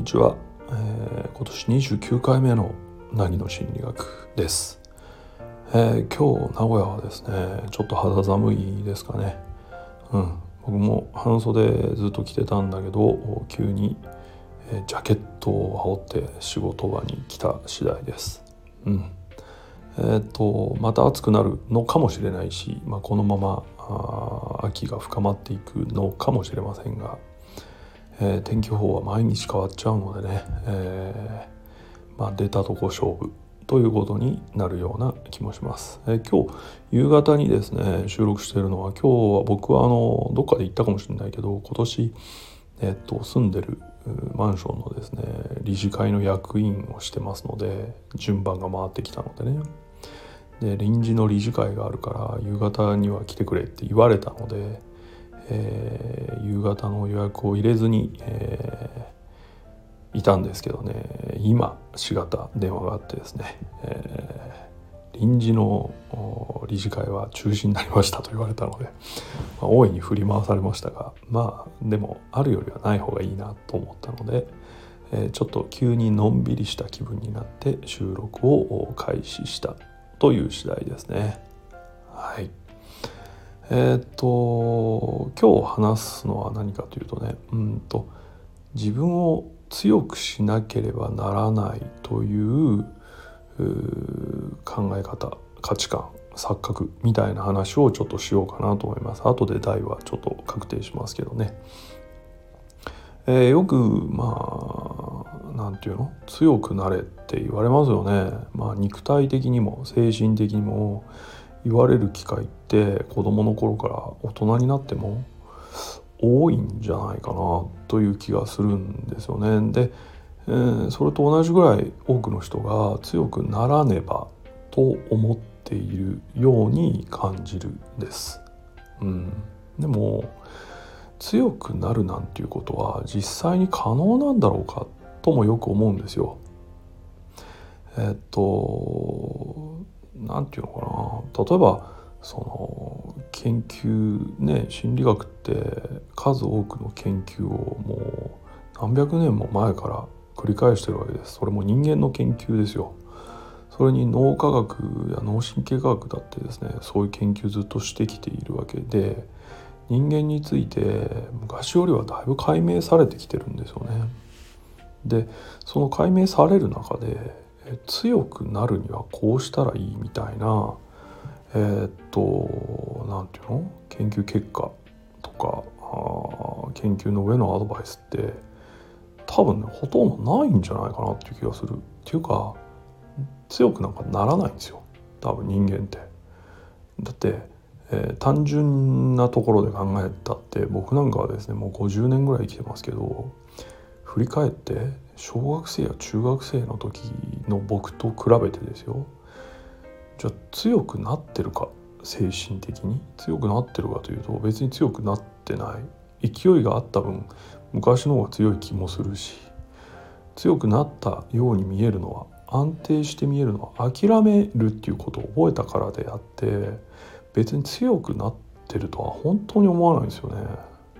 にちは、今年29回目の凪の心理学です。今日名古屋はですねちょっと肌寒いですかね。僕も半袖ずっと着てたんだけど急に、ジャケットを羽織って仕事場に来た次第です。また暑くなるのかもしれないし、このまま秋が深まっていくのかもしれませんが、天気予報は毎日変わっちゃうのでね、出たとこ勝負ということになるような気もします。今日夕方にですね収録しているのは、今日は僕はどっかで言ったかもしれないけど、今年、住んでるマンションのですね理事会の役員をしてますので、順番が回ってきたのでね、で臨時の理事会があるから夕方には来てくれって言われたので、夕方の予約を入れずに、いたんですけどね、今しがた電話があってですね、臨時の理事会は中止になりましたと言われたので、大いに振り回されましたが、でもあるよりはない方がいいなと思ったので、ちょっと急にのんびりした気分になって収録を開始したという次第ですね。はい。今日話すのは何かというとね、自分を強くしなければならないという考え方、価値観、錯覚みたいな話をちょっとしようかなと思います。後で題はちょっと確定しますけどね。よくなんていうの、強くなれって言われますよね。肉体的にも精神的にも言われる機会って子供の頃から大人になっても多いんじゃないかなという気がするんですよね。で、それと同じぐらい多くの人が強くならねばと思っているように感じるんです。でも強くなるなんていうことは実際に可能なんだろうかともよく思うんですよ。なんていうのかな、例えばその研究ね、心理学って数多くの研究をもう何百年も前から繰り返してるわけです。それも人間の研究ですよ。それに脳科学や脳神経科学だってですね、そういう研究ずっとしてきているわけで、人間について昔よりはだいぶ解明されてきてるんですよね。でその解明される中で強くなるにはこうしたらいいみたいななんていうの、研究結果とか研究の上のアドバイスって多分ねほとんどないんじゃないかなっていう気がする。っていうか強くなんかならないんですよ、多分人間って。だって、単純なところで考えたって、僕なんかはですねもう50年ぐらい生きてますけど、振り返って小学生や中学生の時の僕と比べてですよ、じゃあ強くなってるか、精神的に強くなってるかというと別に強くなってない。勢いがあった分昔の方が強い気もするし、強くなったように見えるのは、安定して見えるのは諦めるっていうことを覚えたからであって、別に強くなってるとは本当に思わないんですよね。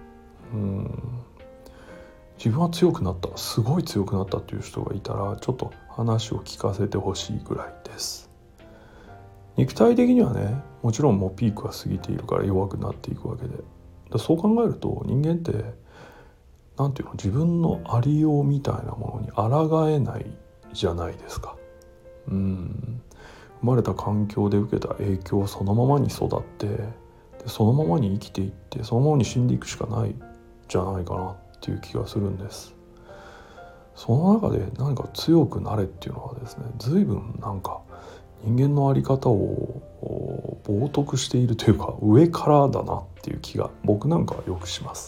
自分は強くなった、すごい強くなったっていう人がいたらちょっと話を聞かせてほしいぐらいです。肉体的にはね、もちろんもうピークは過ぎているから弱くなっていくわけで、そう考えると人間ってなんていうの、自分のありようみたいなものに抗えないじゃないですか。生まれた環境で受けた影響をそのままに育って、でそのままに生きていって、そのままに死んでいくしかないじゃないかなっていう気がするんです。その中で何か強くなれっていうのはですね、随分なんか人間の在り方を冒涜しているというか、上からだなっていう気が僕なんかはよくします。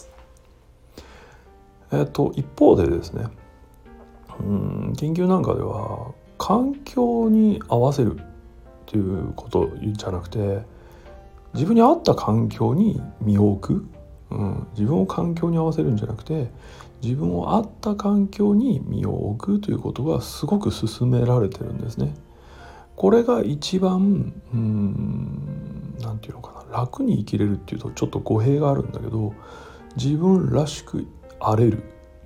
一方でですね、研究なんかでは環境に合わせるということじゃなくて、自分に合った環境に身を置く、自分を環境に合わせるんじゃなくて、自分を合った環境に身を置くということがすごく勧められてるんですね。これが一番なんていうのかな、楽に生きれるっていうとちょっと語弊があるんだけど、自分らしくあれる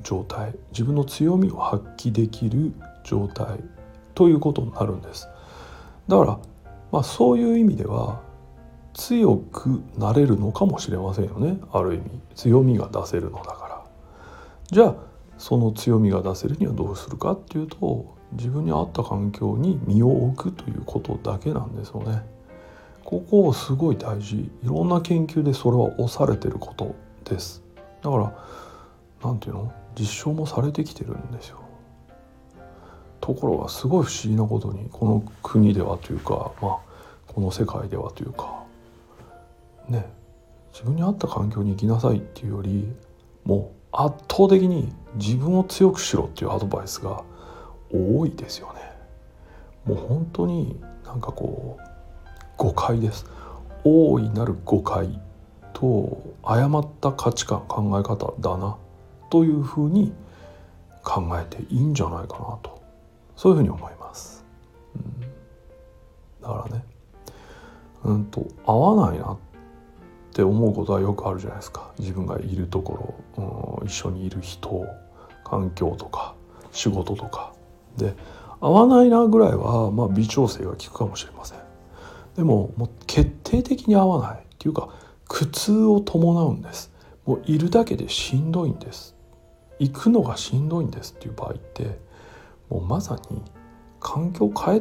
状態、自分の強みを発揮できる状態ということになるんです。だからそういう意味では強くなれるのかもしれませんよね。ある意味強みが出せるのだから。じゃあその強みが出せるにはどうするかっていうと、自分に合った環境に身を置くということだけなんですよね。ここすごい大事。いろんな研究でそれは押されてることです。だからなんていうの、実証もされてきてるんですよ。ところがすごい不思議なことに、この国ではというか、この世界ではというかね、自分に合った環境に行きなさいっていうよりもう圧倒的に自分を強くしろっていうアドバイスが多いですよね。もう本当に誤解です。大いなる誤解と誤った価値観、考え方だなというふうに考えていいんじゃないかなと、そういうふうに思います。だからね、合わないなって思うことはよくあるじゃないですか。自分がいるところ、一緒にいる人、環境とか仕事とかで合わないなぐらいは微調整が効くかもしれません。でももう決定的に合わないっていうか苦痛を伴うんです。もういるだけでしんどいんです。行くのがしんどいんですっていう場合って、もうまさに環境を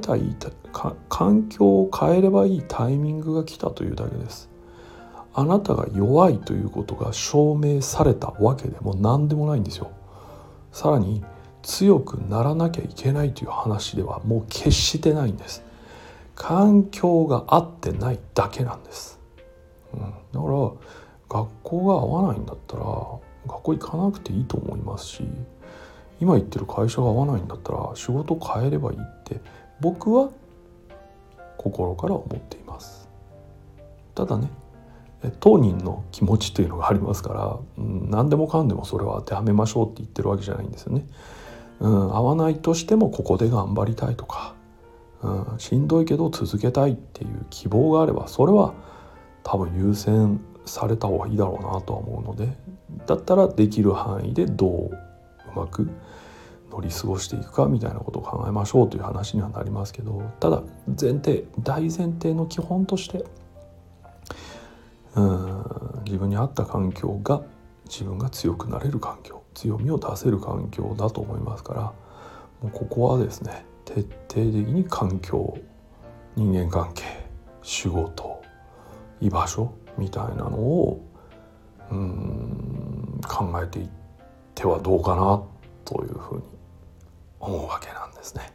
変えればいいタイミングが来たというだけです。あなたが弱いということが証明されたわけでも何でもないんですよ。さらに強くならなきゃいけないという話ではもう決してないんです。環境が合ってないだけなんです。だから学校が合わないんだったら学校行かなくていいと思いますし、今行ってる会社が合わないんだったら仕事を変えればいいって僕は心から思っています。ただね、当人の気持ちというのがありますから、何でもかんでもそれを当てはめましょうって言ってるわけじゃないんですよね。合わないとしてもここで頑張りたいとか、しんどいけど続けたいっていう希望があれば、それは多分優先された方がいいだろうなとは思うので、だったらできる範囲でどううまく乗り過ごしていくかみたいなことを考えましょうという話にはなりますけど、ただ大前提の基本として自分に合った環境が自分が強くなれる環境、強みを出せる環境だと思いますから、もうここはですね、徹底的に環境、人間関係、仕事、居場所みたいなのを考えていってはどうかなというふうに思うわけなんですね。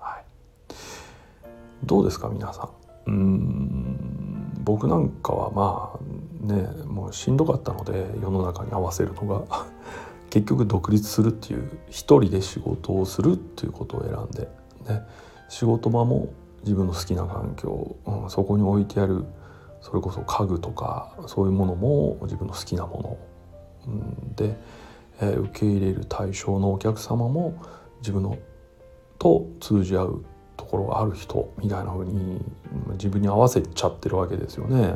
どうですか皆さん。僕なんかはもうしんどかったので、世の中に合わせるのが結局独立するっていう、一人で仕事をするっていうことを選んで、仕事場も自分の好きな環境、そこに置いてあるそれこそ家具とかそういうものも自分の好きなもの、で、受け入れる対象のお客様も自分のと通じ合うところがある人みたいな風に自分に合わせちゃってるわけですよね。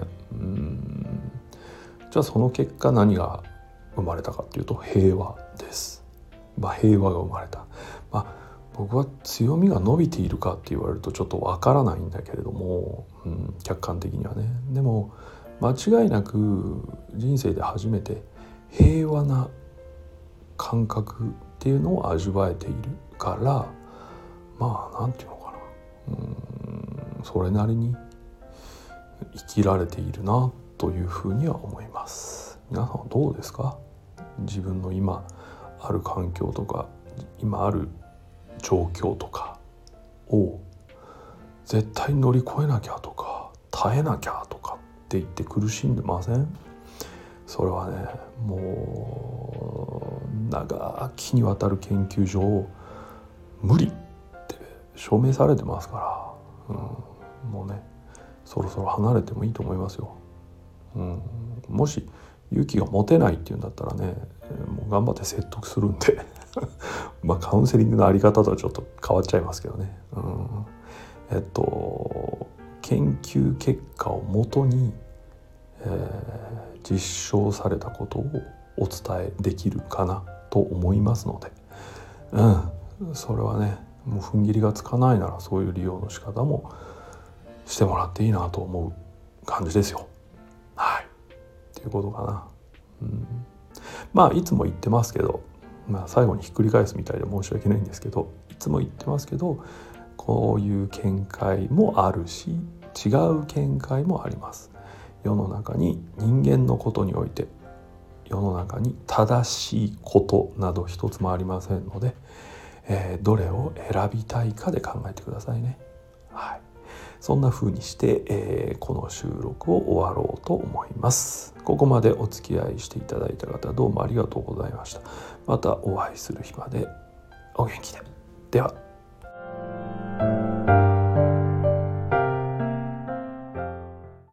じゃあその結果何が生まれたかっていうと平和です。平和が生まれた。僕は強みが伸びているかって言われるとちょっとわからないんだけれども、客観的にはね。でも間違いなく人生で初めて平和な感覚っていうのを味わえているから、なんていうのかな、それなりに生きられているなというふうには思います。皆さんはどうですか？自分の今ある環境とか今ある状況とかを絶対乗り越えなきゃとか耐えなきゃとかって言って苦しんでません？それはね、もう長きにわたる研究上無理って証明されてますから、もうねそろそろ離れてもいいと思いますよ。もし勇気が持てないっていうんだったらね、もう頑張って説得するんでカウンセリングのあり方とはちょっと変わっちゃいますけどね。研究結果をもとに、実証されたことをお伝えできるかなと思いますので、それはねもう踏ん切りがつかないならそういう利用の仕方もしてもらっていいなと思う感じですよ。はいっていうことかな。まあいつも言ってますけど、最後にひっくり返すみたいで申し訳ないんですけど、いつも言ってますけど、こういう見解もあるし違う見解もあります。世の中に人間のことにおいて世の中に正しいことなど一つもありませんので、どれを選びたいかで考えてくださいね。はい、そんな風にして、この収録を終わろうと思います。ここまでお付き合いしていただいた方どうもありがとうございました。またお会いする日までお元気で。では。